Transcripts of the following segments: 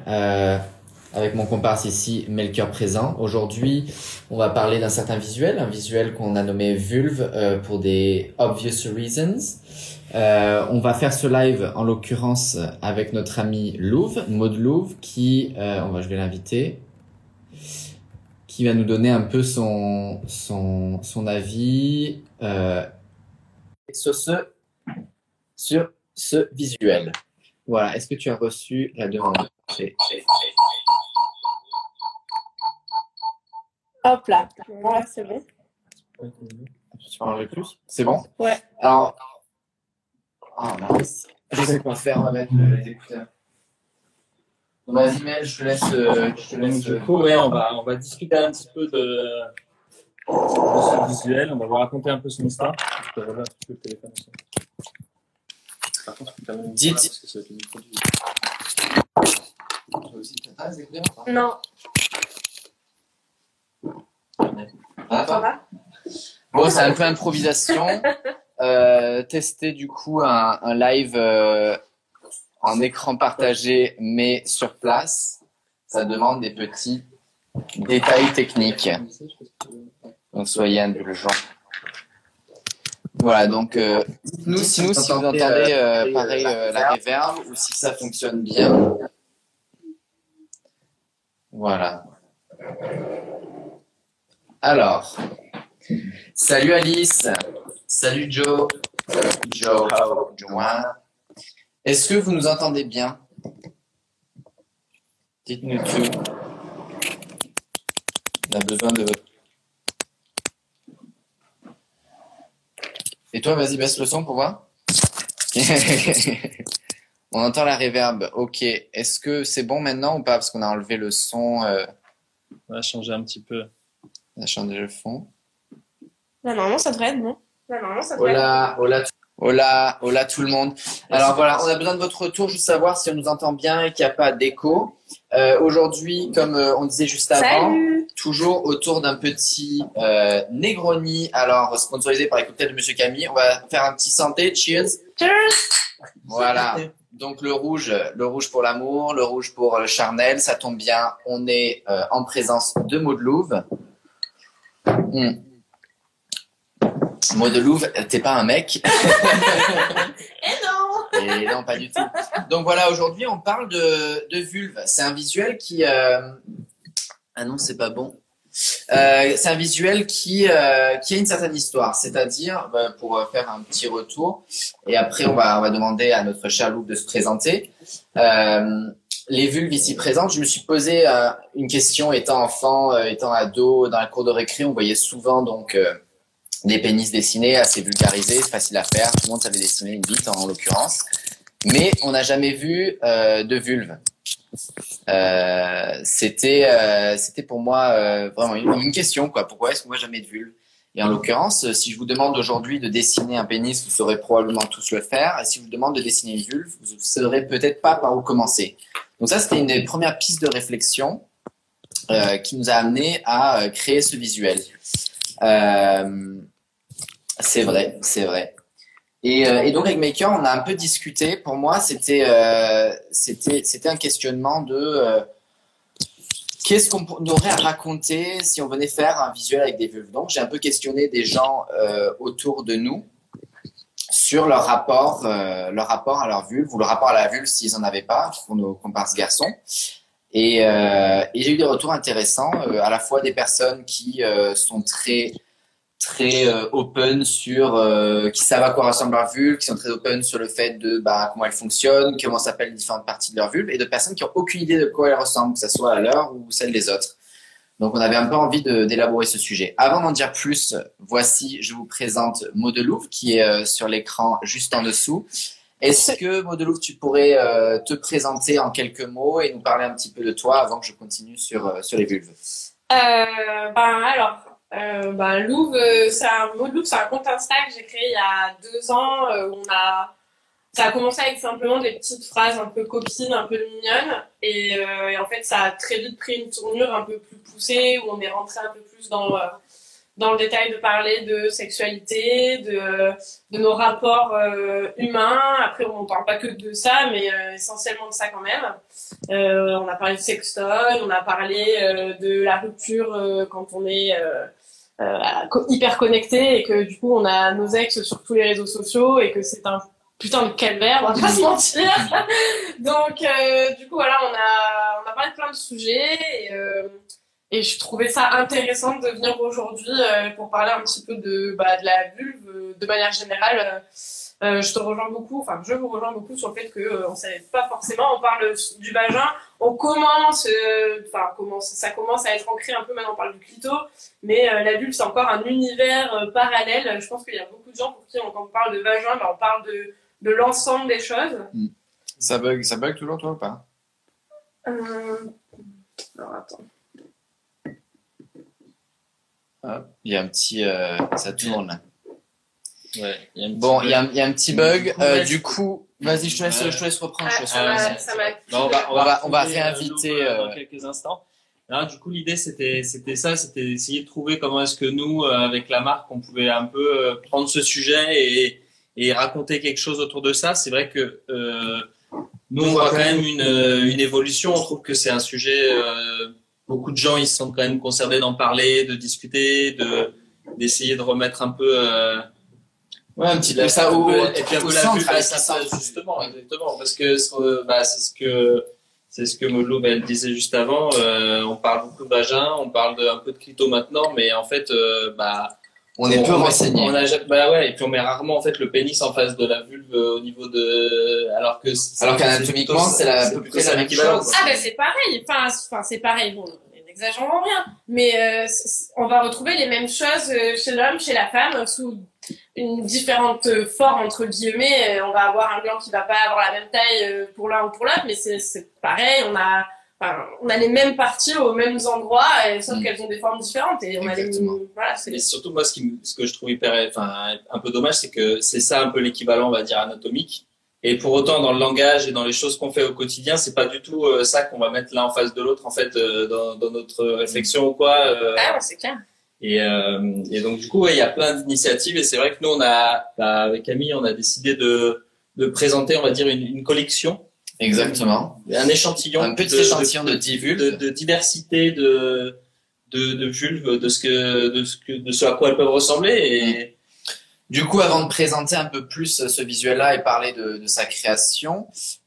avec mon comparse ici, Melchior présent. Aujourd'hui, on va parler d'un certain visuel, un visuel qu'on a nommé vulve pour des obvious reasons. On va faire ce live en l'occurrence avec notre amie Louve, Maud Louve, qui, je vais l'inviter, qui va nous donner un peu son avis sur ce visuel. Voilà. Est-ce que tu as reçu la demande? Hop là. Voilà, c'est bon. Tu peux enlever plus? C'est bon? Ouais. Alors, mince. Je sais quoi faire, on va mettre les écouteurs. Vas-y, Mel, je te laisse. Du coup, ouais, on va discuter un petit peu de ce visuel. On va vous raconter un peu son histoire. Je peux regarder un petit peu le téléphone aussi. Par contre, je peux terminer Dites. parce que ça va être le micro du. Toi aussi, tu as les écouteurs? Non. Ça va? Bon, c'est un peu improvisation. Tester du coup un live en écran partagé, mais sur place. Ça demande des petits détails techniques. Donc soyez indulgents. Voilà, donc dites-nous si vous entendez pareil la reverb ou si ça fonctionne bien. Voilà. Alors, salut Alice, salut Joe, Joanne. Est-ce que vous nous entendez bien? Dites-nous tout. On a besoin de votre... Et toi, vas-y, baisse le son pour voir. On entend la reverb. Ok. Est-ce que c'est bon maintenant ou pas? Parce qu'on a enlevé le son. On va changer un petit peu. On a changé le fond. Là, normalement, ça devrait être bon. Hola tout le monde. Alors voilà, on a besoin de votre retour, juste savoir si on nous entend bien et qu'il n'y a pas d'écho. Aujourd'hui, comme on disait juste avant, toujours autour d'un petit Negroni, alors sponsorisé par les cocktails de Monsieur Camille. On va faire un petit santé, cheers. Cheers. Voilà. Donc le rouge pour l'amour, le rouge pour le charnel, ça tombe bien. On est en présence de Maud Louve. Maud Louve, t'es pas un mec. Et non, pas du tout. Donc voilà, aujourd'hui, on parle de vulve. C'est un visuel qui... Ah non, c'est pas bon. C'est un visuel qui a une certaine histoire. C'est-à-dire, pour faire un petit retour, et après, on va demander à notre cher Louve de se présenter. Les vulves ici présentes, je me suis posé une question étant enfant, étant ado, dans la cour de récré, on voyait souvent donc... des pénis dessinés, assez vulgarisés, facile à faire. Tout le monde savait dessiner une bite en l'occurrence. Mais on n'a jamais vu de vulve. C'était pour moi vraiment une question, quoi. Pourquoi est-ce qu'on voit jamais de vulve? Et en l'occurrence, si je vous demande aujourd'hui de dessiner un pénis, vous saurez probablement tous le faire. Et si je vous demande de dessiner une vulve, vous ne saurez peut-être pas par où commencer. Donc ça, c'était une des premières pistes de réflexion qui nous a amené à créer ce visuel. C'est vrai. Et donc avec Maker, on a un peu discuté. Pour moi, c'était un questionnement de qu'est-ce qu'on aurait à raconter si on venait faire un visuel avec des vulves. Donc j'ai un peu questionné des gens autour de nous sur leur rapport à leur vulve ou le rapport à la vulve s'ils en avaient pas pour nos comparses garçons. Et j'ai eu des retours intéressants, à la fois des personnes qui sont très open sur qui savent à quoi ressemble leur vulve, qui sont très open sur le fait de comment elle fonctionne, comment s'appellent les différentes parties de leur vulve, et de personnes qui ont aucune idée de quoi elle ressemble, que ce soit à leur ou celle des autres. Donc on avait un peu envie d'élaborer ce sujet. Avant d'en dire plus, voici, je vous présente Maud Louve qui est sur l'écran juste en dessous. Est-ce que Maud Louve, tu pourrais te présenter en quelques mots et nous parler un petit peu de toi avant que je continue sur les vulves? Louve, Maud Louve, c'est un compte Insta que j'ai créé il y a 2 ans. Ça a commencé avec simplement des petites phrases un peu copines, un peu mignonnes. Et en fait, ça a très vite pris une tournure un peu plus poussée où on est rentré un peu plus dans dans le détail de parler de sexualité, de nos rapports humains. Après, on ne parle pas que de ça, mais essentiellement de ça quand même. On a parlé de sextoy, on a parlé de la rupture quand on est hyper connecté et que du coup on a nos ex sur tous les réseaux sociaux et que c'est un putain de calvaire, on va pas se mentir. Donc du coup voilà, on a parlé de plein de sujets et je trouvais ça intéressant de venir aujourd'hui pour parler un petit peu de la vulve de manière générale. Je vous rejoins beaucoup sur le fait que on savait pas forcément. On parle du vagin, ça commence à être ancré un peu. Maintenant, on parle du clito, mais la vulve c'est encore un univers parallèle. Je pense qu'il y a beaucoup de gens pour qui, quand on parle de vagin, on parle de l'ensemble des choses. Ça bug toujours toi ou pas? Alors attends. Il y a un petit, ça tourne. Ouais, il y a un petit bug. Du coup, vas-y, je te laisse reprendre. On va réinviter dans quelques instants. Alors, du coup, l'idée c'était d'essayer de trouver comment est-ce que nous, avec la marque, on pouvait un peu prendre ce sujet et raconter quelque chose autour de ça. C'est vrai que nous, on voit quand même une évolution. On trouve que c'est un sujet. Beaucoup de gens, ils se sentent quand même concernés d'en parler, de discuter, d'essayer de remettre un peu. Ouais, un petit peu ça et puis un peu la vue, justement, exactement, parce que c'est ce que Maud elle disait juste avant. On parle beaucoup de vagin, on parle un peu de clito maintenant, mais en fait, on est peu renseigné. Et puis on met rarement en fait le pénis en face de la vulve au niveau alors qu'anatomiquement c'est à peu près la même chose. Ah ben c'est pareil. Enfin c'est pareil. Bon, n'exagérons rien, mais on va retrouver les mêmes choses chez l'homme, chez la femme, sous une différente forme entre guillemets. On va avoir un gland qui va pas avoir la même taille pour l'un ou pour l'autre, mais c'est pareil. On a les mêmes parties aux mêmes endroits, sauf qu'elles ont des formes différentes. Et on a et surtout moi, ce que je trouve un peu dommage, c'est que c'est ça un peu l'équivalent, on va dire, anatomique. Et pour autant, dans le langage et dans les choses qu'on fait au quotidien, c'est pas du tout ça qu'on va mettre l'un en face de l'autre, en fait, dans notre réflexion ou quoi. C'est clair. Et donc du coup, il y a plein d'initiatives et c'est vrai que nous, avec Camille, on a décidé de présenter, on va dire, une collection. Exactement. Un échantillon. Un petit échantillon de 10 vulves. De diversité de vulves, de ce à quoi elles peuvent ressembler. Et du coup, avant de présenter un peu plus ce visuel-là et parler de sa création,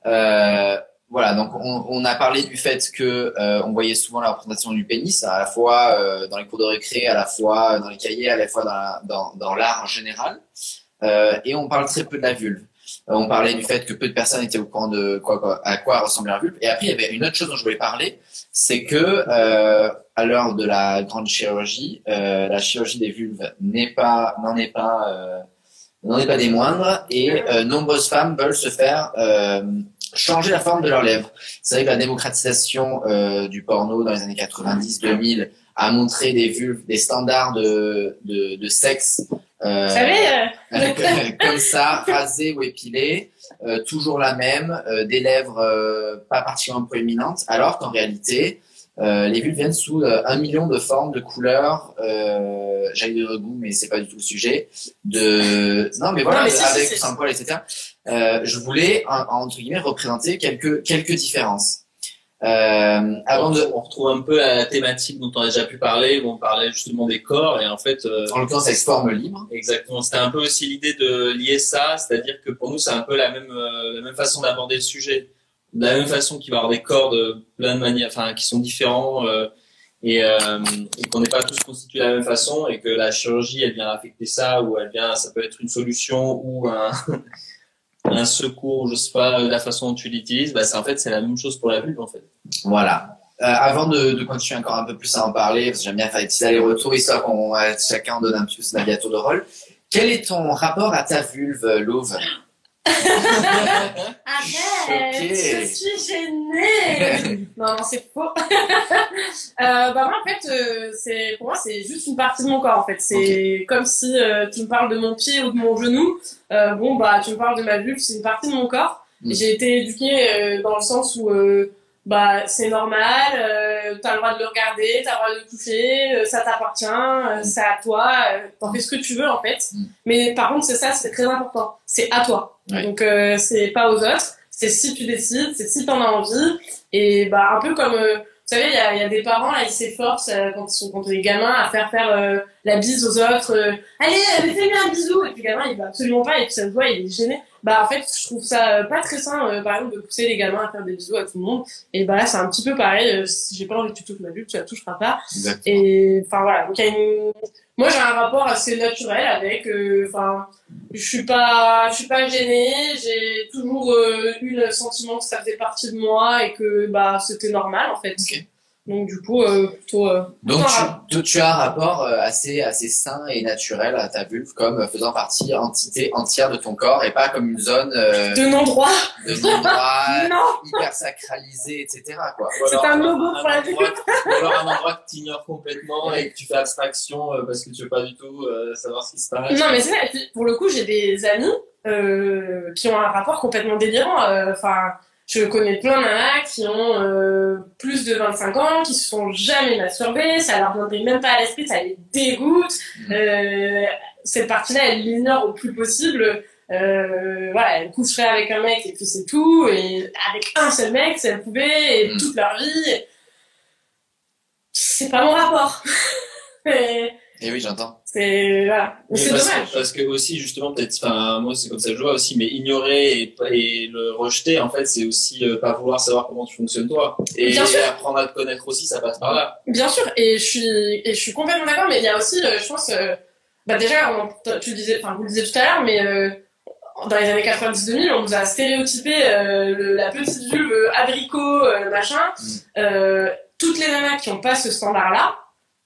voilà, donc on a parlé du fait que on voyait souvent la représentation du pénis, à la fois dans les cours de récré, à la fois dans les cahiers, à la fois dans l'art en général, et on parle très peu de la vulve. On parlait du fait que peu de personnes étaient au courant de à quoi ressemblait un vulve. Et après, il y avait une autre chose dont je voulais parler, c'est que à l'heure de la grande chirurgie, la chirurgie des vulves n'en est pas des moindres, et nombreuses femmes veulent se faire changer la forme de leurs lèvres. C'est vrai que la démocratisation du porno dans les années 90-2000 a montré des vulves, des standards de sexe. Vous savez, comme ça, rasées ou épilées, toujours la même, des lèvres pas particulièrement proéminentes, alors qu'en réalité, les vulves viennent sous 1 million de formes, de couleurs, j'allais dire de goût, mais c'est pas du tout le sujet, non, mais voilà, avec ou sans poil, etc. Je voulais, entre guillemets, représenter quelques différences. On retrouve un peu la thématique dont on a déjà pu parler, où on parlait justement des corps, et en fait, en l'occurrence avec forme libre. Exactement. C'était un peu aussi l'idée de lier ça, c'est-à-dire que pour nous, c'est un peu la même façon d'aborder le sujet. De la même façon qu'il va y avoir des corps de plein de manières, qui sont différents, et qu'on n'est pas tous constitués de la même façon, et que la chirurgie, elle vient affecter ça, ou ça peut être une solution, ou un secours, je sais pas, la façon dont tu l'utilises, c'est la même chose pour la vulve, en fait. Voilà. Avant de continuer encore un peu plus à en parler, parce que j'aime bien faire des petits allers-retours, histoire qu'on chacun donne un petit peu son avis à tour de rôle. Quel est ton rapport à ta vulve, Louve? Arrête, je suis gênée. Non, c'est faux. Moi, en fait, pour moi, c'est juste une partie de mon corps, en fait. C'est comme si tu me parles de mon pied ou de mon genou. Tu me parles de ma vulve, c'est une partie de mon corps. J'ai été éduquée dans le sens où bah c'est normal, t'as le droit de le regarder, t'as le droit de le toucher, ça t'appartient, c'est à toi, t'en fais ce que tu veux en fait. Mais par contre c'est très important, c'est à toi. Ouais. Donc c'est pas aux autres, c'est si tu décides, c'est si t'en as envie. Et bah un peu comme vous savez, il y a des parents, là, ils s'efforcent quand les gamins à faire la bise aux autres. Allez, fais-lui un bisou. Et puis le gamin, il va absolument pas, et puis ça se voit, il est gêné. Bah en fait, je trouve ça pas très sain, par exemple, de pousser les gamins à faire des bisous à tout le monde. Et bah là, c'est un petit peu pareil. Si j'ai pas envie que tu touches ma bulle, tu la toucheras pas. Exactement. Et enfin voilà. Donc moi, j'ai un rapport assez naturel avec. Enfin, je suis pas gênée. J'ai toujours eu le sentiment que ça faisait partie de moi et que bah c'était normal en fait. Ok. Donc du coup, plutôt. Donc tu as un rapport assez sain et naturel à ta vulve comme faisant partie entité entière de ton corps et pas comme une zone de non-droit, non, hyper sacralisée, etc. quoi. C'est un logo pour la vulve. Ou alors un endroit que tu ignores complètement et que tu fais abstraction parce que tu veux pas du tout savoir ce qui se passe. Non mais c'est vrai. Et puis, pour le coup, j'ai des amis qui ont un rapport complètement délirant. Enfin. Je connais plein de nanas qui ont plus de 25 ans, qui se sont jamais masturbées, ça leur viendrait même pas à l'esprit, ça les dégoûte. Cette partie-là, elle l'ignore au plus possible. Voilà, elle coucherait avec un mec et puis c'est tout. Et avec un seul mec, si elle pouvait, et toute leur vie. C'est pas mon rapport. Et oui, j'entends. Voilà. Mais c'est dommage. Parce que aussi, justement, peut-être, enfin, moi, c'est comme ça que je vois aussi, mais ignorer et le rejeter, en fait, c'est aussi pas vouloir savoir comment tu fonctionnes toi. Et apprendre à te connaître aussi, ça passe par là. Bien sûr, et je suis complètement d'accord, mais il y a aussi, je pense, bah déjà, vous le disiez tout à l'heure, mais dans les années 90-2000, on nous a stéréotypé la petite vulve abricot, machin. Toutes les nanas qui ont pas ce standard-là,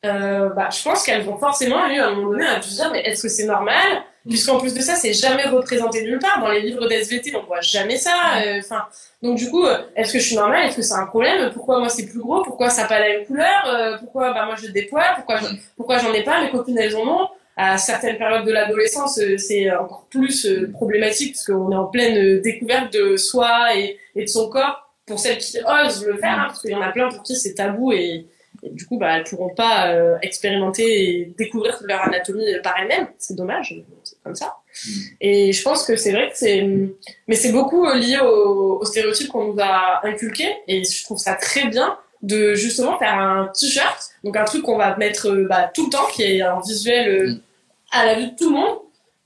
bah, je pense qu'elles vont forcément eu à un moment donné à se dire mais est-ce que c'est normal, puisqu'en plus de ça c'est jamais représenté nulle part dans les livres d'SVT, on voit jamais ça. Enfin donc du coup est-ce que je suis normale, est-ce que c'est un problème, pourquoi moi c'est plus gros, pourquoi ça n'a pas la même couleur, pourquoi bah moi j'ai des poils, pourquoi j'en ai pas, mes copines elles en ont. À certaines périodes de l'adolescence c'est encore plus problématique parce qu'on est en pleine découverte de soi et de son corps pour celles qui osent le faire, parce qu'il y en a plein pour qui c'est tabou et du coup, bah, elles pourront pas expérimenter et découvrir leur anatomie par elles-mêmes. C'est dommage, c'est comme ça. Et je pense que c'est vrai que mais c'est beaucoup lié aux stéréotypes qu'on nous a inculqués. Et je trouve ça très bien de justement faire un t-shirt, donc un truc qu'on va mettre tout le temps, qui est un visuel à la vue de tout le monde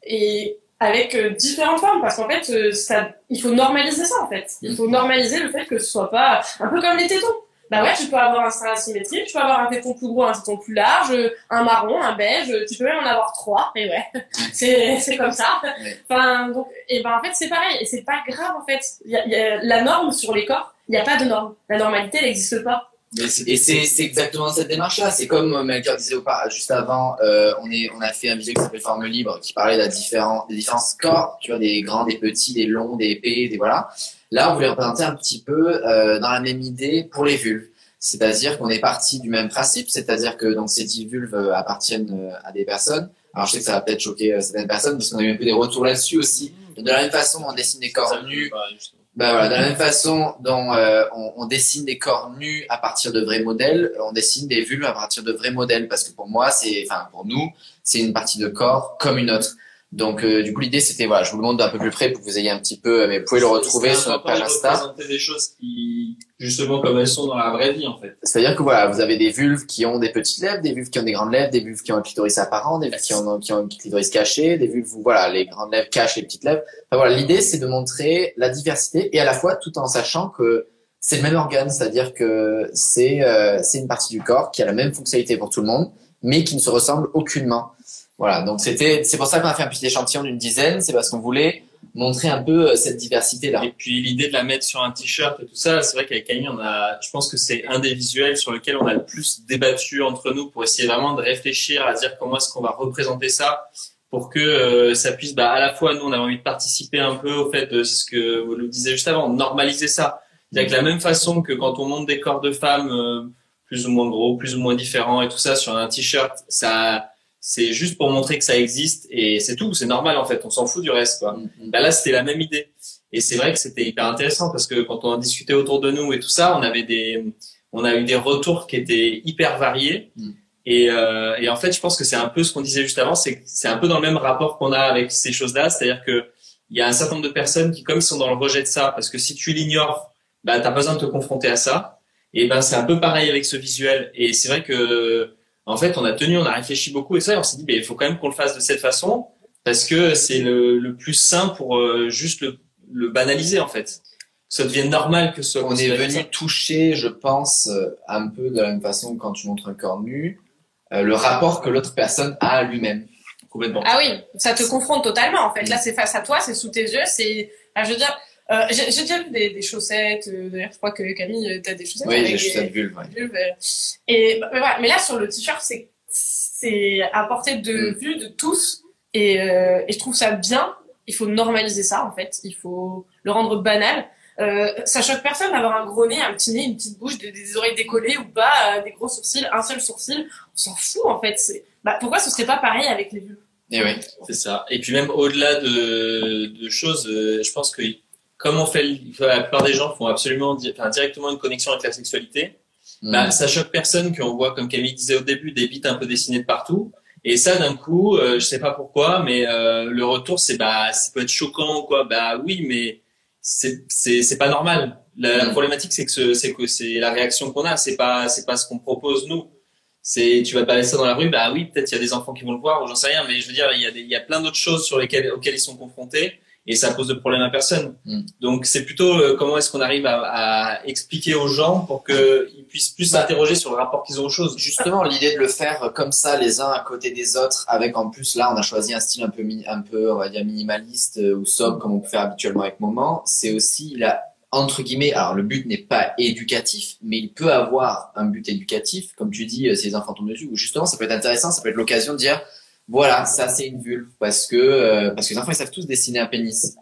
et avec différentes formes, parce qu'en fait, il faut normaliser ça en fait. Il faut normaliser le fait que ce soit pas un peu comme les tétons. Bah ouais, tu peux avoir un sein asymétrique, tu peux avoir un téton plus gros, un téton plus large, un marron, un beige, tu peux même en avoir 3, et ouais, c'est comme ça. Enfin, donc, et ben en fait c'est pareil, et c'est pas grave en fait. Il y a la norme sur les corps, il y a pas de norme. La normalité, elle n'existe pas. Et c'est exactement cette démarche-là. C'est comme Melchior disait juste avant, on a fait un vidéo qui s'appelle Forme Libre, qui parlait des différents corps, tu vois, des grands, des petits, des longs, des épais, des voilà. Là, on voulait représenter un petit peu dans la même idée pour les vulves. C'est-à-dire qu'on est parti du même principe, c'est-à-dire que donc ces 10 vulves appartiennent à des personnes. Alors je sais que ça va peut-être choquer certaines personnes, parce qu'on a eu un peu des retours là-dessus aussi. De la même façon, on dessine des corps nus. Ben voilà, de la même façon dont on dessine des corps nus à partir de vrais modèles, on dessine des vulves à partir de vrais modèles, parce que pour nous, c'est une partie de corps comme une autre. Donc du coup l'idée c'était voilà, je vous le montre d'un peu plus près pour que vous ayez un petit peu, mais vous pouvez le retrouver sur notre page Insta. Présenter des choses qui justement comme elles sont dans la vraie vie en fait. C'est-à-dire que voilà, vous avez des vulves qui ont des petites lèvres, des vulves qui ont des grandes lèvres, des vulves qui ont un clitoris apparent, des vulves qui ont un clitoris caché, des vulves où voilà, les grandes lèvres cachent les petites lèvres. Enfin voilà, l'idée c'est de montrer la diversité et à la fois tout en sachant que c'est le même organe, c'est-à-dire que c'est une partie du corps qui a la même fonctionnalité pour tout le monde, mais qui ne se ressemble aucunement. Voilà, donc c'est pour ça qu'on a fait un petit échantillon d'une dizaine, c'est parce qu'on voulait montrer un peu cette diversité-là. Et puis l'idée de la mettre sur un t-shirt et tout ça, c'est vrai qu'avec Camille, je pense que c'est un des visuels sur lequel on a le plus débattu entre nous pour essayer vraiment de réfléchir à dire comment est-ce qu'on va représenter ça pour que ça puisse, à la fois nous on a envie de participer un peu au fait de, c'est ce que vous le disiez juste avant, normaliser ça. C'est-à-dire que de la même façon que quand on monte des corps de femmes plus ou moins gros, plus ou moins différents et tout ça sur un t-shirt, c'est juste pour montrer que ça existe et c'est tout, c'est normal en fait, on s'en fout du reste quoi. Là c'était la même idée Et c'est vrai que c'était hyper intéressant parce que quand on en discutait autour de nous et tout ça, on a eu des retours qui étaient hyper variés. Et en fait, je pense que c'est un peu ce qu'on disait juste avant, c'est un peu dans le même rapport qu'on a avec ces choses-là, c'est-à-dire que il y a un certain nombre de personnes qui, comme ils sont dans le rejet de ça, parce que si tu l'ignores, bah t'as pas besoin de te confronter à ça. Et ben c'est un peu pareil avec ce visuel. Et c'est vrai que en fait, on a réfléchi beaucoup et ça, et on s'est dit, il faut quand même qu'on le fasse de cette façon parce que c'est le plus sain pour juste le banaliser en fait. Que ça devienne normal que ce soit. On est venu toucher, je pense, un peu de la même façon que quand tu montres un corps nu, le rapport que l'autre personne a à lui-même. Complètement. Ah oui, ça te confronte totalement en fait. Là, c'est face à toi, c'est sous tes yeux, je veux dire, j'ai déjà vu des chaussettes. D'ailleurs, je crois que Camille, t'as des chaussettes. Oui, j'ai des chaussettes vulves. Ouais. Et voilà. Mais là, sur le t-shirt, c'est à portée de vue de tous. Et je trouve ça bien. Il faut normaliser ça en fait. Il faut le rendre banal. Ça choque personne d'avoir un gros nez, un petit nez, une petite bouche, des oreilles décollées ou pas, des gros sourcils, un seul sourcil. On s'en fout en fait. Pourquoi ce serait pas pareil avec les vulves? Et oui, c'est ça. Et puis même au-delà de choses, je pense que comme la plupart des gens font absolument, directement une connexion avec la sexualité, ça choque personne qu'on voit, comme Camille disait au début, des bites un peu dessinées de partout. Et ça, d'un coup, je sais pas pourquoi, mais le retour, ça peut être choquant, quoi. Oui, mais c'est pas normal. La problématique, c'est que c'est la réaction qu'on a. C'est pas ce qu'on propose nous. Tu vas te balader ça dans la rue, oui, peut-être il y a des enfants qui vont le voir, ou j'en sais rien, mais je veux dire, il y a plein d'autres choses auxquelles ils sont confrontés, et ça pose de problème à personne. Donc, c'est plutôt comment est-ce qu'on arrive à expliquer aux gens pour qu'ils puissent plus s'interroger sur le rapport qu'ils ont aux choses. Justement, l'idée de le faire comme ça, les uns à côté des autres, avec en plus, là, on a choisi un style un peu, on va dire, minimaliste ou sobre, comme on peut faire habituellement avec Moment, c'est aussi entre guillemets, alors le but n'est pas éducatif, mais il peut avoir un but éducatif, comme tu dis, si les enfants tombent dessus, ou justement, ça peut être intéressant, ça peut être l'occasion de dire, voilà, ça c'est une vulve, parce que les enfants, ils savent tous dessiner un pénis.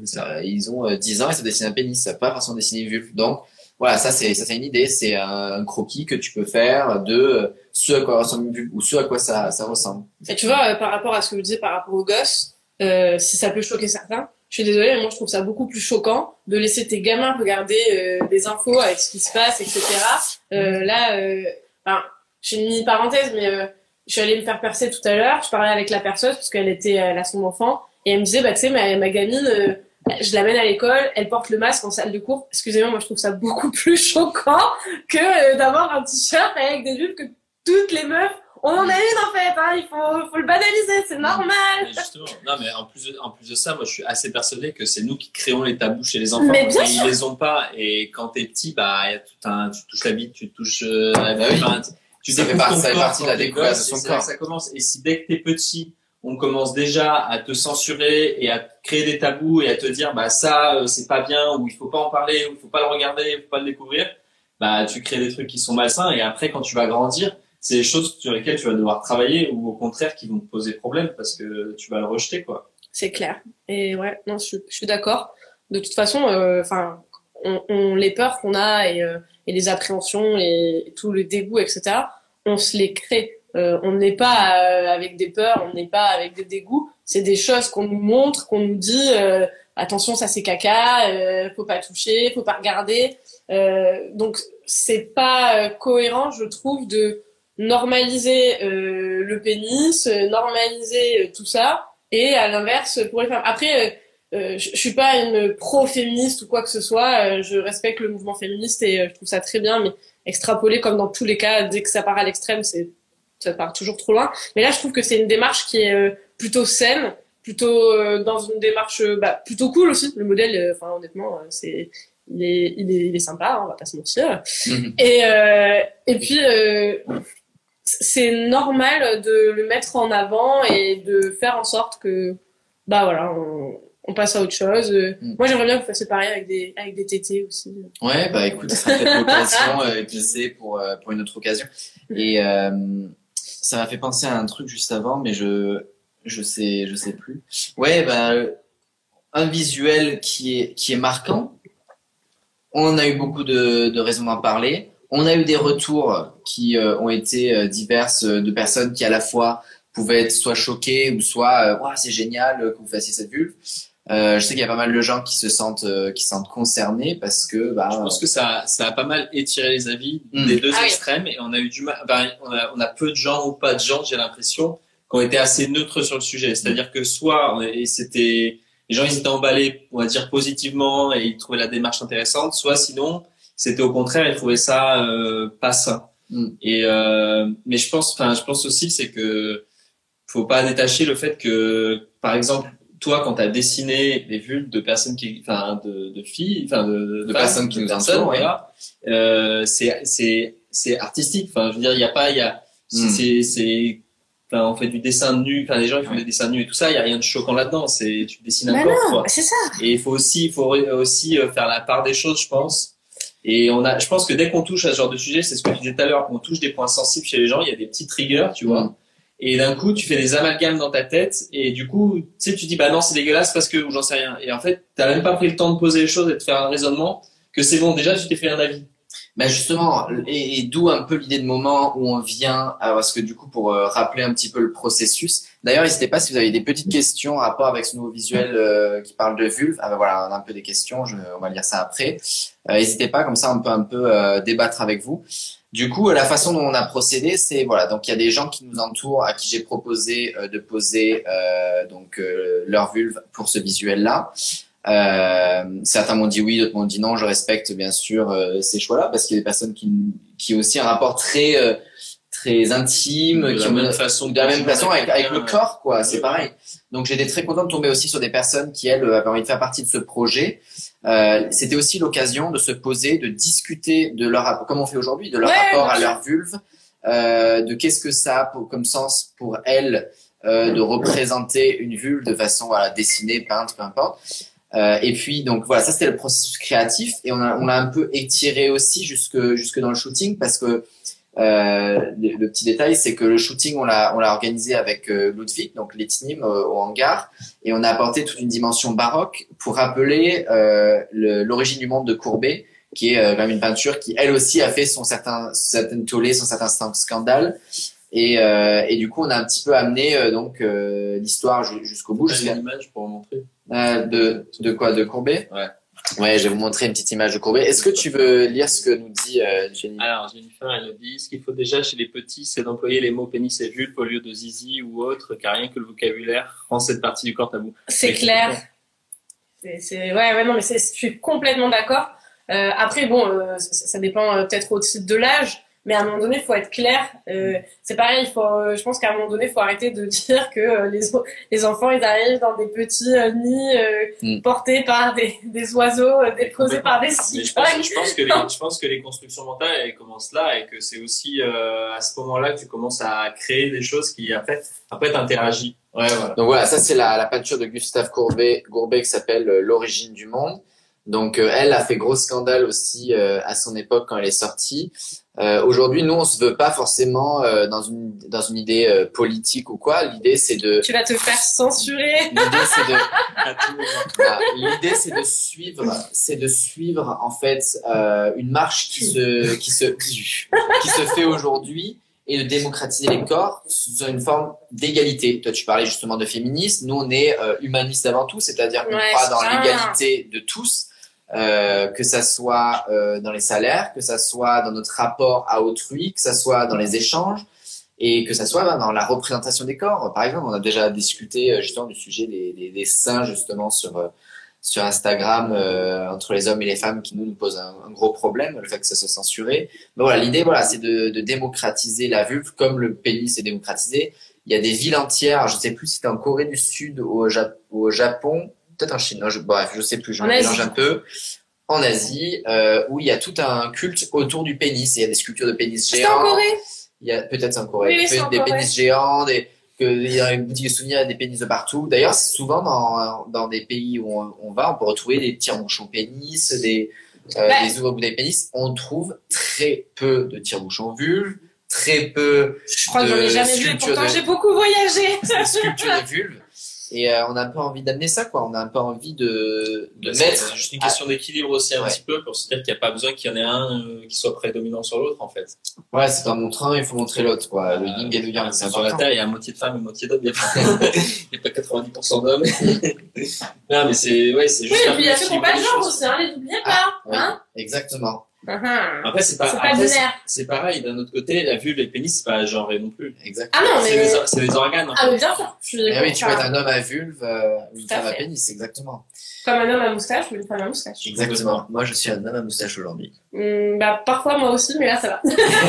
Ils ont 10 ans, ils savent dessiner un pénis, ils savent pas forcément dessiner une vulve. Donc, voilà, ça c'est une idée, c'est un croquis que tu peux faire de ce à quoi ressemble une vulve, ou ce à quoi ça ressemble. Et tu vois, par rapport à ce que vous disiez par rapport aux gosses, si ça peut choquer certains, je suis désolée, mais moi je trouve ça beaucoup plus choquant de laisser tes gamins regarder des infos avec ce qui se passe, etc. Je fais une mini parenthèse, mais je suis allée me faire percer tout à l'heure. Je parlais avec la perceuse parce elle a son enfant et elle me disait, tu sais, ma gamine, je l'amène à l'école, elle porte le masque en salle de cours. Excusez-moi, moi je trouve ça beaucoup plus choquant que d'avoir un t-shirt avec des vulves que toutes les meufs. On en a une en fait, il faut le banaliser, c'est normal. Mais justement, non mais en plus de ça, moi je suis assez persuadé que c'est nous qui créons les tabous chez les enfants. Mais bien sûr. Ils les ont pas, et quand t'es petit, il y a tu touches la bite, tu touches la vie, ça fait partie de la découverte de son corps. Ça commence, et si dès que t'es petit, on commence déjà à te censurer et à créer des tabous et à te dire ça c'est pas bien, ou il faut pas en parler, ou il faut pas le regarder, il faut pas le découvrir, tu crées des trucs qui sont malsains, et après quand tu vas grandir, c'est des choses sur lesquelles tu vas devoir travailler, ou au contraire qui vont te poser problème parce que tu vas le rejeter, quoi. C'est clair. Et ouais, non, je suis d'accord. De toute façon, les peurs qu'on a et les appréhensions et tout le dégoût, etc., on se les crée. On n'est pas avec des peurs, on n'est pas avec des dégoûts. C'est des choses qu'on nous montre, qu'on nous dit attention, ça c'est caca, faut pas toucher, faut pas regarder. Donc c'est pas cohérent, je trouve, de normaliser le pénis, normaliser tout ça, et à l'inverse pour les femmes. Après, je suis pas une pro-féministe ou quoi que ce soit. Je respecte le mouvement féministe et je trouve ça très bien, mais extrapoler comme dans tous les cas, dès que ça part à l'extrême, ça part toujours trop loin. Mais là, je trouve que c'est une démarche qui est plutôt saine, plutôt dans une démarche plutôt cool aussi. Le modèle, honnêtement, il est sympa, on va pas se mentir. Et puis c'est normal de le mettre en avant et de faire en sorte que on passe à autre chose. Moi, j'aimerais bien que vous fassiez pareil avec des tétés aussi. Ouais, écoute, ça sera peut-être l'occasion, qui sait, pour une autre occasion. Et ça m'a fait penser à un truc juste avant, mais je sais plus. Ouais, un visuel qui est marquant. On a eu beaucoup de raisons d'en parler. On a eu des retours qui ont été diverses, de personnes qui à la fois pouvaient être soit choquées ou soit c'est génial que vous fassiez cette vulve. Je sais qu'il y a pas mal de gens qui se sentent concernés parce que Je pense que ça a pas mal étiré les avis des deux extrêmes et on a eu du mal. On a peu de gens ou pas de gens, j'ai l'impression, qui ont été assez neutres sur le sujet. C'est-à-dire que soit les gens ils étaient emballés, on va dire positivement et ils trouvaient la démarche intéressante, soit sinon c'était au contraire ils trouvaient ça pas sain. Et mais je pense aussi c'est que faut pas détacher le fait que par exemple toi, quand t'as dessiné des vulves de personnes de filles, de personnes qui nous entourent, voilà, c'est artistique. Enfin, je veux dire, on fait du dessin de nu. Enfin, les gens, ils font des dessins de nu et tout ça. Il y a rien de choquant là-dedans. Tu dessines un corps, quoi. C'est ça. Et il faut aussi faire la part des choses, je pense. Et je pense que dès qu'on touche à ce genre de sujet, c'est ce que je disais tout à l'heure, on touche des points sensibles chez les gens. Il y a des petits triggers, tu vois. Et d'un coup, tu fais des amalgames dans ta tête, et du coup, tu sais, tu dis, bah non, c'est dégueulasse parce que, ou j'en sais rien. Et en fait, t'as même pas pris le temps de poser les choses et de faire un raisonnement, que c'est bon, déjà, tu t'es fait un avis. Ben justement, et d'où un peu l'idée de moment où on vient, parce que du coup, pour rappeler un petit peu le processus. D'ailleurs, n'hésitez pas si vous avez des petites questions en rapport avec ce nouveau visuel qui parle de vulve. Ah ben voilà, on a un peu des questions, on va lire ça après. N'hésitez pas, comme ça, on peut un peu débattre avec vous. Du coup, la façon dont on a procédé, c'est voilà, donc il y a des gens qui nous entourent à qui j'ai proposé de poser leur vulve pour ce visuel-là. Certains m'ont dit oui, d'autres m'ont dit non. Je respecte bien sûr ces choix-là parce qu'il y a des personnes qui ont aussi un rapport très intime, de la même façon avec le corps, quoi. C'est pareil. Donc j'étais très content de tomber aussi sur des personnes qui elles avaient envie de faire partie de ce projet. C'était aussi l'occasion de se poser, de discuter de leur, comme on fait aujourd'hui, de leur rapport à leur vulve, de qu'est-ce que ça a comme sens pour elles de représenter une vulve de façon dessinée, peinte, peu importe. Et puis donc voilà, ça c'était le processus créatif et on l'a un peu étiré aussi jusque dans le shooting parce que le petit détail, c'est que le shooting, on l'a organisé avec Ludwig, donc l'Ethnim au hangar, et on a apporté toute une dimension baroque pour rappeler l'origine du monde de Courbet, qui est quand même une peinture qui, elle aussi, a fait certaines tollées, son certain scandale. Et du coup, on a un petit peu amené l'histoire jusqu'au bout. J'ai une image pour vous montrer. De quoi? De Courbet? Ouais, je vais vous montrer une petite image de Courbet. Est-ce que tu veux lire ce que nous dit Jenny? Alors, Jennifer, elle nous dit, ce qu'il faut déjà chez les petits, c'est d'employer les mots pénis et vulve au lieu de zizi ou autre, car rien que le vocabulaire rend cette partie du corps tabou. C'est clair. Non, mais je suis complètement d'accord. Après, bon, ça dépend peut-être aussi de l'âge. Mais à un moment donné, il faut être clair. C'est pareil, je pense qu'à un moment donné, il faut arrêter de dire que les enfants, ils arrivent dans des petits nids portés par des oiseaux, déposés par des cigognes. Je pense que les constructions mentales, elles commencent là et que c'est aussi à ce moment-là que tu commences à créer des choses qui après t'interagis. Ouais, voilà. Donc voilà, ça c'est la peinture de Gustave Courbet qui s'appelle L'origine du monde. Donc elle a fait gros scandale aussi à son époque quand elle est sortie. Aujourd'hui, nous, on se veut pas forcément dans une idée politique ou quoi. L'idée, c'est de. Tu vas te faire censurer. L'idée, c'est de suivre en fait une marche qui se fait aujourd'hui et de démocratiser les corps sous une forme d'égalité. Toi, tu parlais justement de féminisme. Nous, on est humanistes avant tout, c'est-à-dire qu'on croit dans l'égalité de tous. Que ça soit dans les salaires, que ça soit dans notre rapport à autrui, que ça soit dans les échanges et que ça soit dans la représentation des corps. Par exemple, on a déjà discuté justement du sujet des seins justement sur Instagram entre les hommes et les femmes qui nous posent un gros problème, le fait que ça soit censuré. Mais voilà, l'idée c'est de démocratiser la vulve comme le pénis est démocratisé. Il y a des villes entières, je sais plus si c'était en Corée du Sud ou au Japon, peut-être en Chine, je sais plus, je me mélange un peu. En Asie, où il y a tout un culte autour du pénis. Il y a des sculptures de pénis géants. C'est en Corée? Peut-être c'est en Corée. Oui, des pénis géants, il y a une boutique de souvenirs, il y a des pénis de partout. D'ailleurs, c'est souvent dans des pays où on va, on peut retrouver des tire-bouchons pénis, des ouvre-bouts des pénis. On trouve très peu de tire-bouchons vulves, très peu je crois que j'en ai jamais vu, pourtant j'ai beaucoup voyagé. de sculptures de vulves. Et on a un peu envie d'amener ça, quoi. On a un peu envie de C'est mettre. juste une question d'équilibre aussi un Ouais. petit peu pour se dire qu'il n'y a pas besoin qu'il y en ait un qui soit prédominant sur l'autre en fait. Ouais, c'est en montrant un, il faut montrer l'autre, quoi. Le yin et le yang, c'est sur la important. Terre, il y a moitié de femmes et moitié d'hommes. Il n'y a pas 90% d'hommes. Non, mais c'est Oui, juste et un puis il y a peu ceux qui n'ont pas de d'équilibre des genre choses. aussi, hein, les oubliez pas. Oui, Hein exactement. Après, c'est pas C'est binaire. c'est pareil. D'un autre côté, la vulve et le pénis, c'est pas genré non plus. Exactement. Ah non, mais. C'est des organes. Ah, mais bien sûr. Je suis Eh oui, tu peux être enfin, un homme à vulve, ou une Tout à femme à fait. pénis, exactement. comme un homme à moustache ou une femme à moustache. Exactement. Moi, je suis un homme à moustache aujourd'hui. Bah, parfois moi aussi, mais là ça va.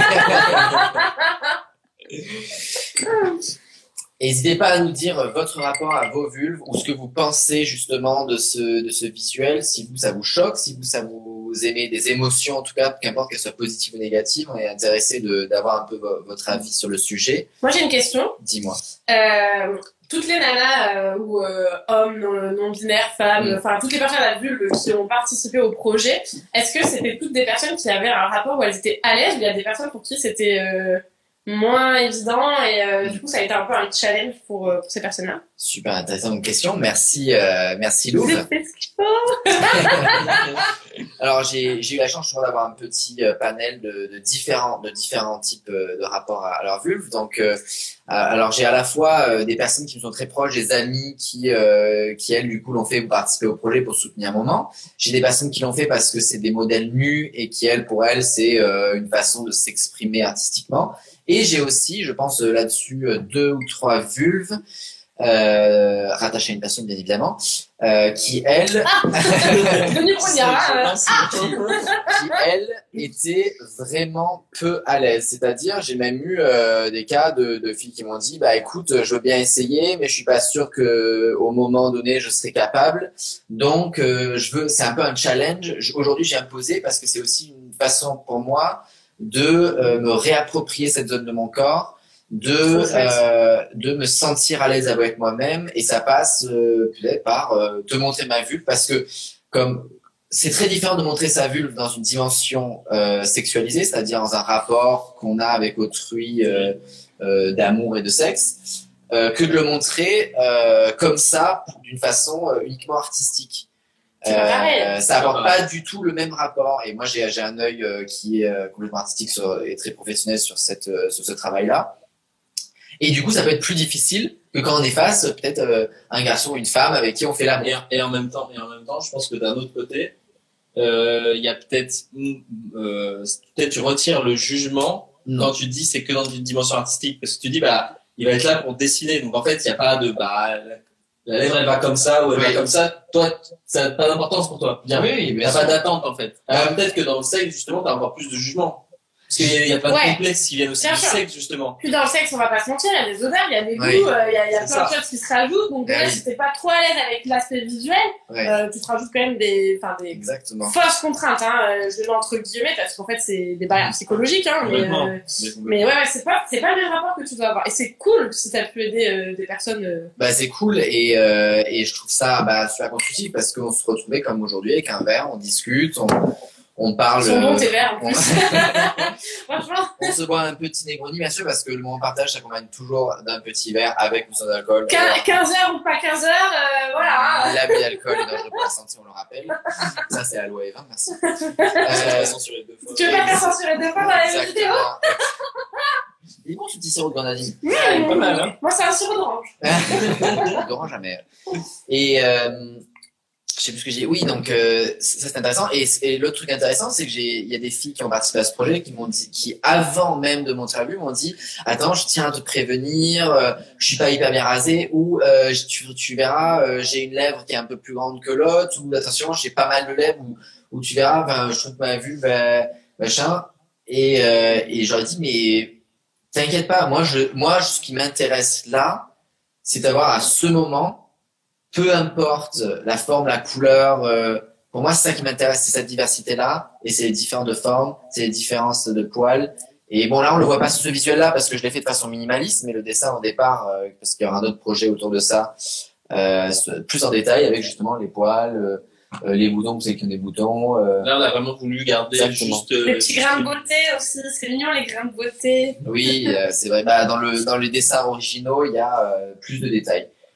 N'hésitez pas à nous dire votre rapport à vos vulves ou ce que vous pensez justement de ce visuel, si vous ça vous choque, si vous ça vous émet des émotions en tout cas, qu'importe qu'elles soient positives ou négatives, on est intéressé d'avoir un peu votre avis sur le sujet. Moi j'ai une question. Dis-moi. Toutes les nanas ou hommes non binaires, femmes, enfin toutes les personnes à vulve qui ont participé au projet, est-ce que c'était toutes des personnes qui avaient un rapport où elles étaient à l'aise ou il y a des personnes pour qui c'était moins évident et du coup ça a été un peu un challenge pour ces personnes-là? Super intéressante question. Merci, merci Lou. J'ai fait ce qu'il faut. Alors j'ai eu la chance toujours d'avoir un petit panel de différents types de rapports à leur vulve. Donc alors j'ai à la fois des personnes qui me sont très proches, des amis qui elles du coup l'ont fait pour participer au projet pour soutenir un moment. J'ai des personnes qui l'ont fait parce que c'est des modèles nus et qui pour elles c'est une façon de s'exprimer artistiquement. Et j'ai aussi, je pense là-dessus, 2 ou 3 vulves rattachées à une personne bien évidemment, qui elles Denis Brognard, qui elles étaient vraiment peu à l'aise. C'est-à-dire, j'ai même eu des cas de filles qui m'ont dit, bah écoute, je veux bien essayer, mais je suis pas sûre que au moment donné je serai capable. Donc c'est un peu un challenge. Aujourd'hui, j'ai imposé parce que c'est aussi une façon pour moi de me réapproprier cette zone de mon corps, de me sentir à l'aise avec moi-même, et ça passe peut-être par te montrer ma vulve, parce que comme c'est très différent de montrer sa vulve dans une dimension sexualisée, c'est-à-dire dans un rapport qu'on a avec autrui d'amour et de sexe, que de le montrer comme ça d'une façon uniquement artistique. Ça apporte pas du tout le même rapport, et moi j'ai un œil qui est complètement artistique et très professionnel sur ce travail-là, et du coup ça peut être plus difficile que quand on est face peut-être un garçon ou une femme avec qui on fait l'amour. Et en même temps, je pense que d'un autre côté, il y a peut-être tu retires le jugement quand tu dis c'est que dans une dimension artistique, parce que tu dis bah il va être là pour dessiner, donc en fait il y a pas de la lèvre elle va comme ça ou elle va comme ça, toi ça n'a pas d'importance pour toi. Bien, oui, il n'y a pas d'attente en fait. Alors peut-être que dans le sexe justement t'as encore plus de jugement. Parce qu'il y a pas de complexes qui viennent aussi du sexe, justement. Puis dans le sexe, on va pas se mentir, il y a des odeurs, il y a des goûts, il y a plein de choses qui se rajoutent. Donc déjà, si t'es pas trop à l'aise avec l'aspect visuel, tu te rajoutes quand même des fausses contraintes, hein. Je le mets entre guillemets parce qu'en fait, c'est des barrières psychologiques, hein. Mais ouais, c'est pas le même rapport que tu dois avoir. Et c'est cool si t'as pu aider des personnes. Bah c'est cool, et je trouve ça super constructif parce qu'on se retrouvait comme aujourd'hui avec un verre, on discute, on parle. Ils sont bons tes verres en plus. Franchement. On se boit un petit Negroni, bien sûr, parce que le moment partage s'accompagne toujours d'un petit verre avec ou sans alcool. 15h ou pas 15h, voilà. L'abus d'alcool est dangereux pour la santé, on le rappelle. Ça, c'est à loi Eva, merci. Tu veux pas faire censurer 2 fois dans la vidéo? Il est bon ce petit sirop de grenadine. Pas mal, hein. Moi, c'est un sirop d'orange. D'orange jamais. Et je sais plus ce que j'ai. Oui, donc ça c'est intéressant. Et l'autre truc intéressant, c'est que il y a des filles qui ont participé à ce projet qui m'ont dit, qui avant même de montrer la vue, m'ont dit, attends, je tiens à te prévenir, je suis pas hyper bien rasée, ou tu verras, j'ai une lèvre qui est un peu plus grande que l'autre, ou attention, j'ai pas mal de lèvres, ou tu verras, je trouve que ma vue, machin. Et j'aurais dit, mais t'inquiète pas, moi, ce qui m'intéresse là, c'est d'avoir à ce moment, peu importe la forme, la couleur, pour moi c'est ça qui m'intéresse, c'est cette diversité-là, et c'est les différentes formes, c'est les différences de poils. Et bon là on le voit pas sur ce visuel-là parce que je l'ai fait de façon minimaliste, mais le dessin au départ, parce qu'il y aura un autre projet autour de ça, plus en détail avec justement les poils, les boutons, vous savez qu'il y a des boutons. Là on a vraiment voulu garder juste les petits grains de beauté aussi, c'est mignon les grains de beauté. Oui, c'est vrai. Dans les dessins originaux il y a plus de détails.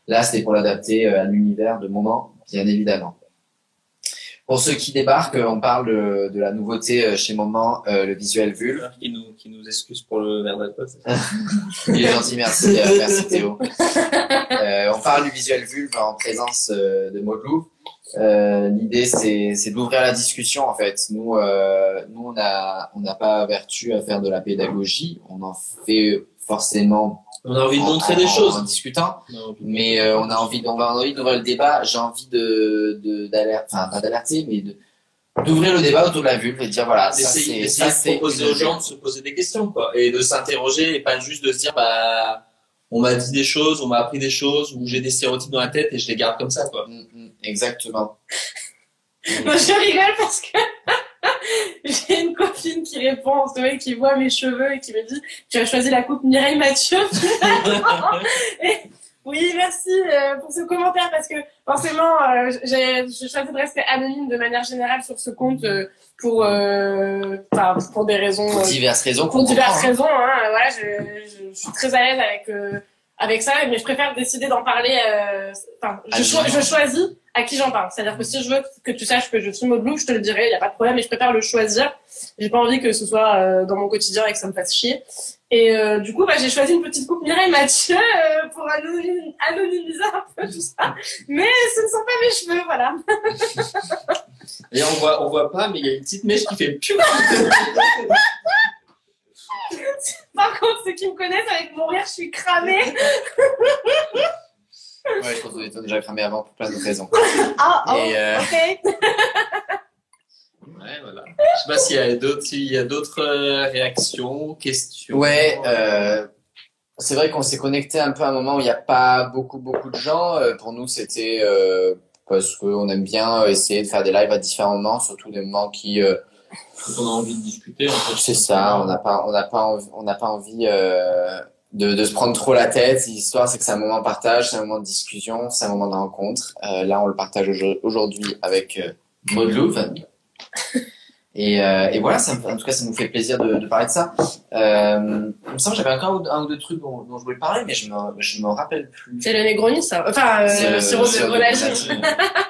Là, c'était pour l'adapter à l'univers de Moment, bien évidemment. Pour ceux qui débarquent, on parle de la nouveauté chez Moment, le visuel vulve. Qui nous excuse pour le verre d'alcool. Il est gentil, merci, merci Théo. On parle du visuel vulve en présence de Maud-Lou. L'idée, c'est d'ouvrir la discussion, en fait. Nous, on n'a pas vertu à faire de la pédagogie. On en fait forcément. On a envie de montrer des choses. En discutant. Mais, on a envie d'ouvrir le débat. J'ai envie d'alerter, mais d'ouvrir le débat autour de la vulve et de dire voilà, d'essayer de proposer aux gens de se poser des questions, quoi. Et de s'interroger et pas juste de se dire, on m'a dit des choses, on m'a appris des choses, ou j'ai des stéréotypes dans la tête et je les garde comme ça, quoi. Exactement. Moi, je rigole parce que j'ai une copine qui répond, ce mec qui voit mes cheveux et qui me dit, tu as choisi la coupe Mireille Mathieu. Et, oui, merci pour ce commentaire parce que forcément, j'ai choisi de rester anonyme de manière générale sur ce compte pour des raisons. Pour diverses raisons. Pour diverses raisons, hein. Voilà, je suis très à l'aise avec ça, mais je préfère décider d'en parler. Je choisis à qui j'en parle. C'est-à-dire que si je veux que tu saches que je suis Maud-Lou, je te le dirai, il y a pas de problème, mais je préfère le choisir. J'ai pas envie que ce soit dans mon quotidien et que ça me fasse chier. Et du coup, j'ai choisi une petite coupe Mireille Mathieu pour anonymiser un peu tout ça. Mais ce ne sont pas mes cheveux, voilà. Et on voit pas, mais il y a une petite mèche qui fait piou. Par contre, ceux qui me connaissent avec mon rire, je suis cramée. Ouais, je pense qu'on était déjà cramé avant pour plein de raisons. Ok. Ouais, voilà. Je sais pas s'il y a d'autres réactions, questions. Ouais, c'est vrai qu'on s'est connecté un peu à un moment où il n'y a pas beaucoup de gens. Pour nous, c'était parce qu'on aime bien essayer de faire des lives à différents moments, surtout des moments qui quand on a envie de discuter. En fait. C'est ça, on n'a pas envie de se prendre trop la tête. L'histoire, c'est que c'est un moment de partage, c'est un moment de discussion, c'est un moment de rencontre. Là, on le partage aujourd'hui avec Maud-Lou. Et voilà, en tout cas, ça nous fait plaisir de parler de ça. Il me semble que j'avais encore un ou deux trucs dont je voulais parler, mais je me rappelle plus. C'est le Negroni, ça. Enfin, le sirop de relâche.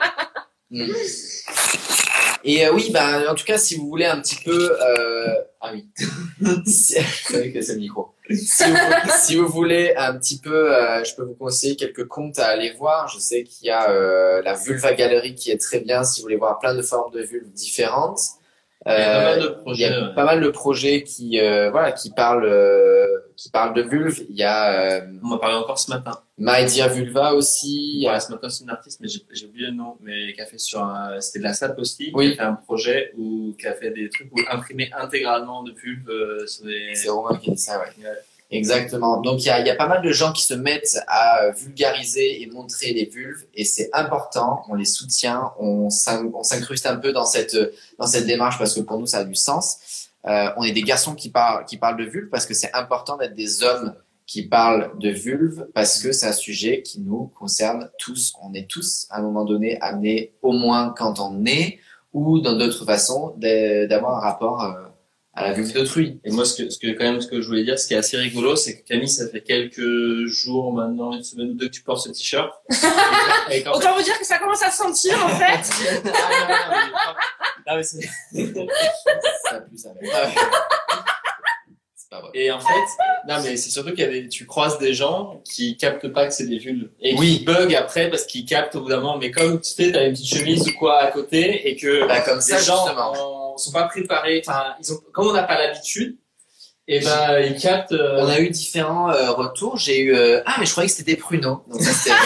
Et oui, en tout cas, si vous voulez un petit peu, ah oui, c'est vrai que c'est le micro. Si vous voulez un petit peu, je peux vous conseiller quelques comptes à aller voir. Je sais qu'il y a la Vulva Galerie qui est très bien si vous voulez voir plein de formes de vulves différentes. Il y a pas mal de projets qui parlent de vulve. Il y a on m'a parlé encore ce matin. My Dear Vulva aussi. Ouais, ce matin c'est une artiste, mais j'ai oublié le nom, mais qui a fait c'était de la salle Posti, oui. Qui a fait un projet qui a fait des trucs où imprimer intégralement de vulve sur des. C'est Romain qui dit ça, ouais. Exactement. Donc il y a pas mal de gens qui se mettent à vulgariser et montrer les vulves et c'est important. On les soutient, on s'incruste un peu dans cette démarche parce que pour nous ça a du sens. On est des garçons qui parlent de vulve parce que c'est important d'être des hommes qui parlent de vulve parce que c'est un sujet qui nous concerne tous. On est tous à un moment donné amenés, au moins quand on est ou dans d'autres façons, d'avoir un rapport à la vulve d'autrui. Et moi, ce que je voulais dire, ce qui est assez rigolo, c'est que Camille, ça fait quelques jours maintenant, une semaine ou deux que tu portes ce t-shirt. Autant vous dire que ça commence à se sentir, en fait. Non, mais c'est... Ça pue, ça va. C'est pas vrai. Et en fait, non, mais c'est surtout tu croises des gens qui captent pas que c'est des vulves. Et oui. Qui bug après parce qu'ils captent au bout d'un moment. Mais comme tu sais, t'as une petite chemise ou quoi à côté et que comme ça, les gens justement. Sont pas préparés. Enfin, comme on n'a pas l'habitude, et ils captent. On a eu différents retours. J'ai eu mais je croyais que c'était des pruneaux. Donc ça c'était.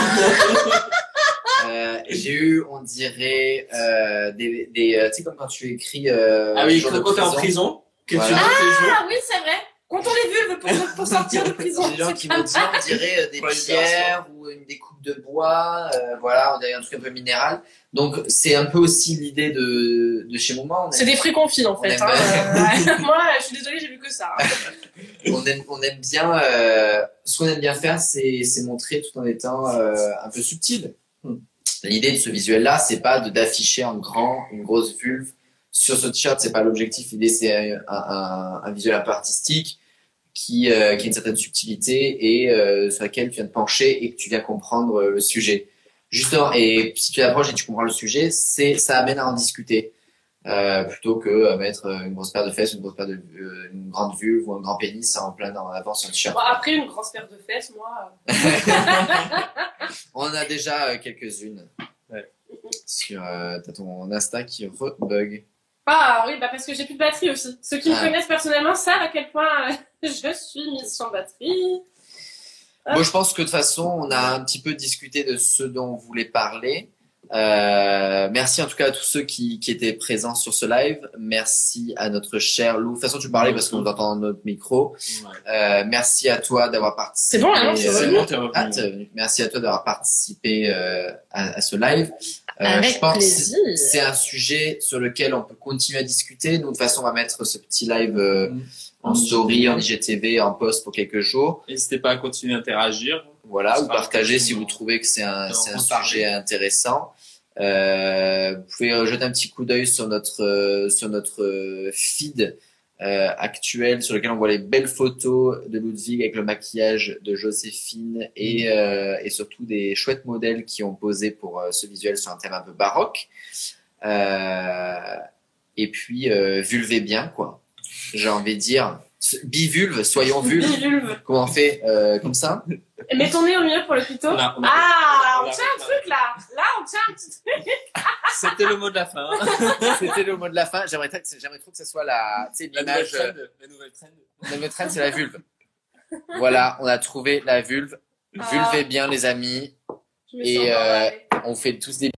J'ai eu, on dirait des tu sais comme quand tu écris. Ah oui, quand t'es en prison, que tu notes les jours. Ah oui, c'est vrai. Quand on les vulves pour sortir de prison. Des gens qui me disent, on dirait des pierres ou des coupes de bois. Voilà, on dirait un truc un peu minéral. Donc c'est un peu aussi l'idée de chez Moment. C'est des fruits confits en fait. Moi, je suis désolée, j'ai vu que ça. On aime bien. Ce qu'on aime bien faire, c'est montrer tout en étant un peu subtil. L'idée de ce visuel-là, c'est pas d'afficher en grand une grosse vulve sur ce t-shirt. C'est pas l'objectif. L'idée, c'est un visuel un peu artistique qui a une certaine subtilité et sur laquelle tu viens de pencher et que tu viens comprendre le sujet. Justement, et si tu approches et tu comprends le sujet, ça amène à en discuter. Plutôt que mettre une grosse paire de fesses, une grande vulve ou un grand pénis en avant sur le t-shirt. Bon, après, une grosse paire de fesses, moi. On en a déjà quelques-unes. Ouais. T'as ton Insta qui rebug. Ah oui, parce que j'ai plus de batterie aussi. Ceux qui me connaissent personnellement savent à quel point je suis mise sans batterie. Bon, je pense que de toute façon, on a un petit peu discuté de ce dont on voulait parler. Merci en tout cas à tous ceux qui étaient présents sur ce live. Merci à notre cher Lou. De toute façon, tu parlais parce qu'on entend notre micro. Merci à toi d'avoir participé. C'est bon, alors c'est bon, t'es revenu. Merci à toi d'avoir participé à ce live. Avec je pense plaisir. que c'est un sujet sur lequel on peut continuer à discuter. Nous, de toute façon, on va mettre ce petit live en story, en IGTV, en post pour quelques jours. N'hésitez pas à continuer à interagir. Voilà, ou partager si vous trouvez que c'est un sujet intéressant. Vous pouvez jeter un petit coup d'œil sur notre feed actuel sur lequel on voit les belles photos de Ludwig avec le maquillage de Joséphine et surtout des chouettes modèles qui ont posé pour ce visuel sur un thème un peu baroque. Et puis vulvez bien quoi. J'ai envie de dire bivulve, soyons vulves. Bivulve. Comment on fait comme ça? Mets ton nez au milieu pour le clito. On tient un truc là. Là, on tient un petit truc. C'était le mot de la fin. C'était le mot de la fin. J'aimerais trop que ce soit l'image. La nouvelle trend. La nouvelle trend, c'est la vulve. Voilà, on a trouvé la vulve. Vulvez bien, les amis. Et on fait tous des